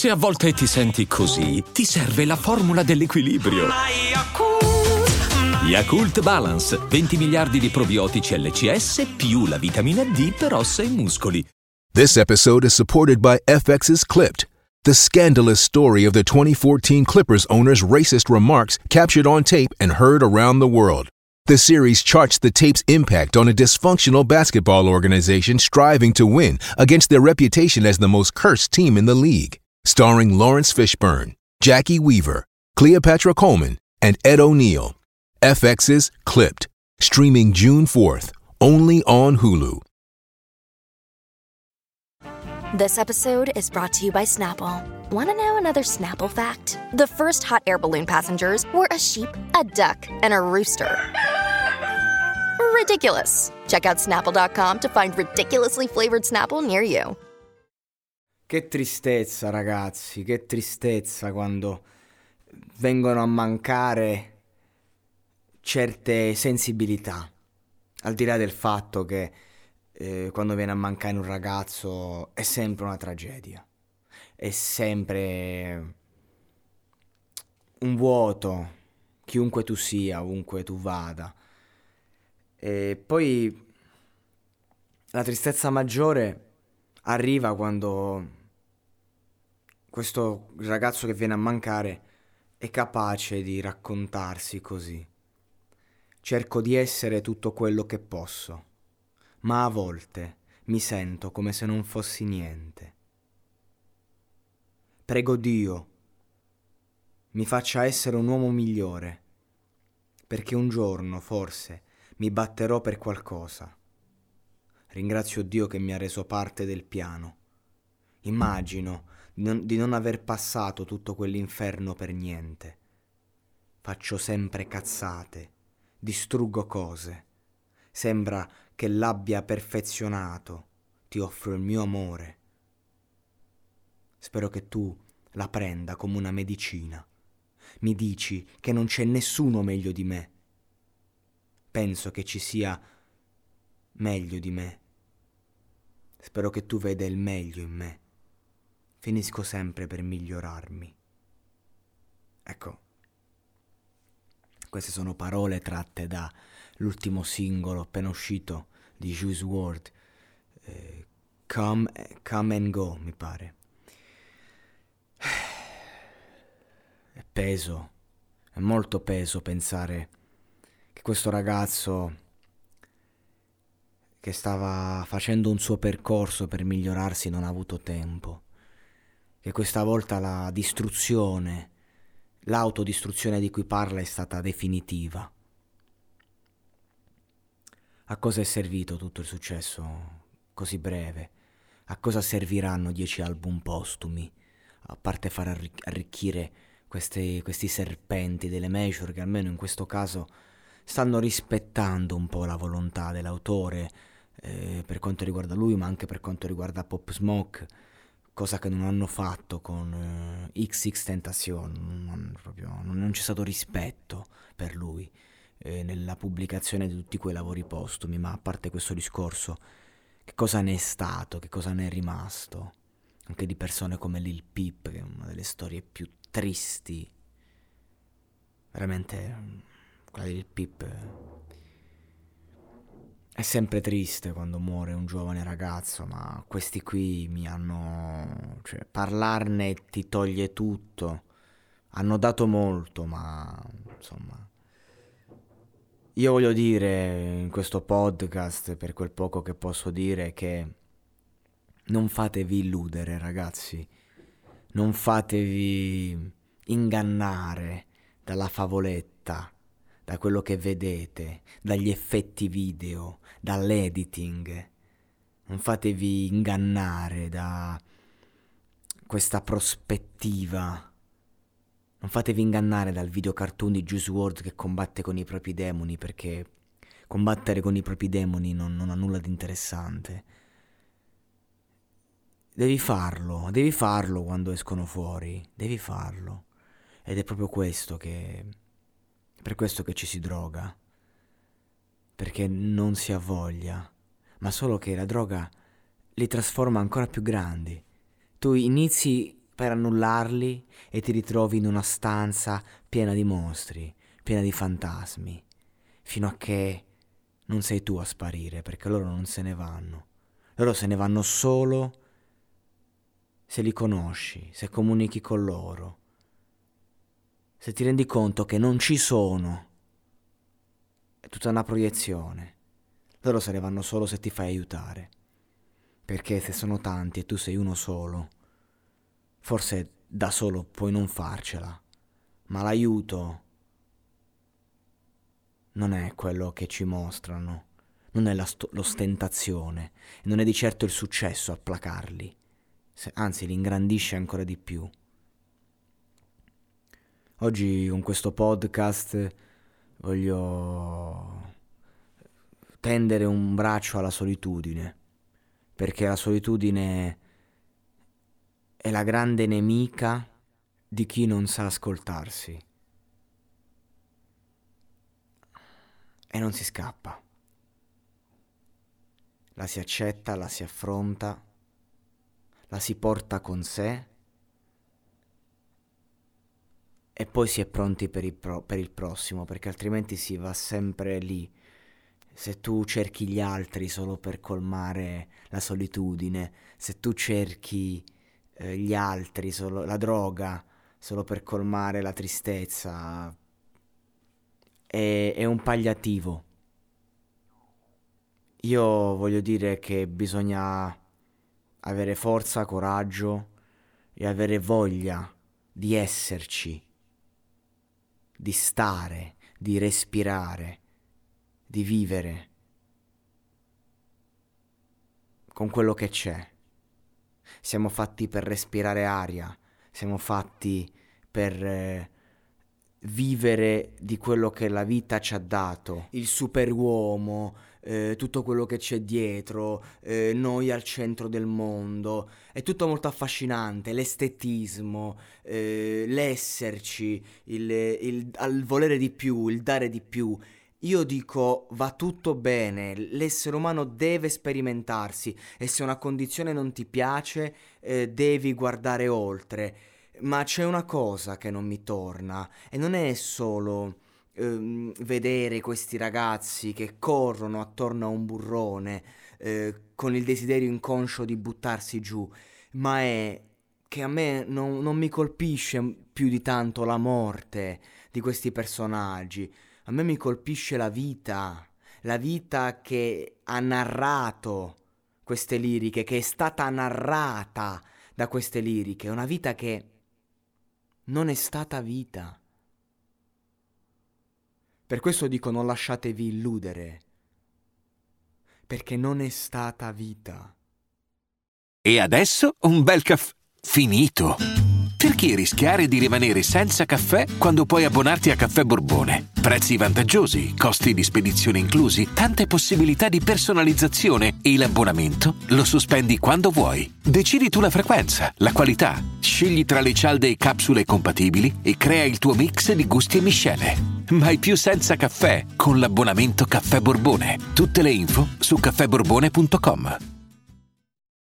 Se a volte ti senti così, ti serve la formula dell'equilibrio. Yakult Balance, 20 miliardi di probiotici LCS più la vitamina D per ossa e muscoli. This episode is supported by FX's Clipped, the scandalous story of the 2014 Clippers owner's racist remarks captured on tape and heard around the world. The series charts the tape's impact on a dysfunctional basketball organization striving to win against their reputation as the most cursed team in the league. Starring Lawrence Fishburne, Jackie Weaver, Cleopatra Coleman, and Ed O'Neill. FX's Clipped, streaming June 4th, only on Hulu. This episode is brought to you by Snapple. Want to know another Snapple fact? The first hot air balloon passengers were a sheep, a duck, and a rooster. Ridiculous. Check out Snapple.com to find ridiculously flavored Snapple near you. Che tristezza, ragazzi, che tristezza quando vengono a mancare certe sensibilità, al di là del fatto che quando viene a mancare un ragazzo è sempre una tragedia, è sempre un vuoto, chiunque tu sia, ovunque tu vada. E poi la tristezza maggiore arriva quando questo ragazzo che viene a mancare è capace di raccontarsi così. Cerco di essere tutto quello che posso, ma a volte mi sento come se non fossi niente. Prego Dio, mi faccia essere un uomo migliore, perché un giorno, forse, mi batterò per qualcosa. Ringrazio Dio che mi ha reso parte del piano. Immagino di non aver passato tutto quell'inferno per niente. Faccio sempre cazzate. Distruggo cose. Sembra che l'abbia perfezionato. Ti offro il mio amore. Spero che tu la prenda come una medicina. Mi dici che non c'è nessuno meglio di me. Penso che ci sia meglio di me. Spero che tu veda il meglio in me. Finisco sempre per migliorarmi. Ecco. Queste sono parole tratte dall'ultimo singolo appena uscito di Juice WRLD, Come and Go, mi pare. È peso, è molto peso pensare che questo ragazzo che stava facendo un suo percorso per migliorarsi non ha avuto tempo, che questa volta la distruzione, l'autodistruzione di cui parla è stata definitiva. A cosa è servito tutto il successo così breve? A cosa serviranno 10 album postumi? A parte far arricchire questi serpenti delle major che almeno in questo caso stanno rispettando un po' la volontà dell'autore per quanto riguarda lui, ma anche per quanto riguarda Pop Smoke, cosa che non hanno fatto con XXXTentacion. Non c'è stato rispetto per lui nella pubblicazione di tutti quei lavori postumi. Ma a parte questo discorso, che cosa ne è stato, che cosa ne è rimasto anche di persone come Lil Peep, che è una delle storie più tristi, veramente. Quella di Lil Peep è sempre triste quando muore un giovane ragazzo, ma questi qui mi hanno... cioè, parlarne ti toglie tutto. Hanno dato molto, ma insomma... Io voglio dire in questo podcast, per quel poco che posso dire, che non fatevi illudere, ragazzi. Non fatevi ingannare dalla favoletta, da quello che vedete, dagli effetti video, dall'editing. Non fatevi ingannare da questa prospettiva. Non fatevi ingannare dal videocartoon di Juice WRLD che combatte con i propri demoni, perché combattere con i propri demoni non ha nulla di interessante. Devi farlo quando escono fuori, devi farlo. Ed è proprio questo per questo che ci si droga, perché non si ha voglia, ma solo che la droga li trasforma ancora più grandi. Tu inizi per annullarli e ti ritrovi in una stanza piena di mostri, piena di fantasmi, fino a che non sei tu a sparire, perché loro non se ne vanno. Loro se ne vanno solo se li conosci, se comunichi con loro, se ti rendi conto che non ci sono. È tutta una proiezione. Loro se ne vanno solo se ti fai aiutare, perché se sono tanti e tu sei uno solo, forse da solo puoi non farcela, ma l'aiuto non è quello che ci mostrano, non è l'ostentazione, non è di certo il successo a placarli, anzi li ingrandisce ancora di più. Oggi con questo podcast voglio tendere un braccio alla solitudine, perché la solitudine è la grande nemica di chi non sa ascoltarsi e non si scappa. La si accetta, la si affronta, la si porta con sé e poi si è pronti per il prossimo, perché altrimenti si va sempre lì. Se tu cerchi gli altri solo per colmare la solitudine, se tu cerchi gli altri, solo la droga, solo per colmare la tristezza, è un palliativo. Io voglio dire che bisogna avere forza, coraggio e avere voglia di esserci, di stare, di respirare, di vivere con quello che c'è. Siamo fatti per respirare aria, siamo fatti per vivere di quello che la vita ci ha dato. Il superuomo, tutto quello che c'è dietro, noi al centro del mondo, è tutto molto affascinante, l'estetismo, l'esserci, il volere di più, il dare di più. Io dico, va tutto bene, l'essere umano deve sperimentarsi e se una condizione non ti piace, devi guardare oltre. Ma c'è una cosa che non mi torna e non è solo vedere questi ragazzi che corrono attorno a un burrone con il desiderio inconscio di buttarsi giù, ma è che a me non mi colpisce più di tanto la morte di questi personaggi. A me mi colpisce la vita che ha narrato queste liriche, che è stata narrata da queste liriche, una vita che non è stata vita. Per questo dico non lasciatevi illudere, perché non è stata vita. E adesso un bel caffè finito. Perché rischiare di rimanere senza caffè quando puoi abbonarti a Caffè Borbone? Prezzi vantaggiosi, costi di spedizione inclusi, tante possibilità di personalizzazione e l'abbonamento lo sospendi quando vuoi. Decidi tu la frequenza, la qualità, scegli tra le cialde e capsule compatibili e crea il tuo mix di gusti e miscele. Mai più senza caffè con l'abbonamento Caffè Borbone. Tutte le info su caffèborbone.com.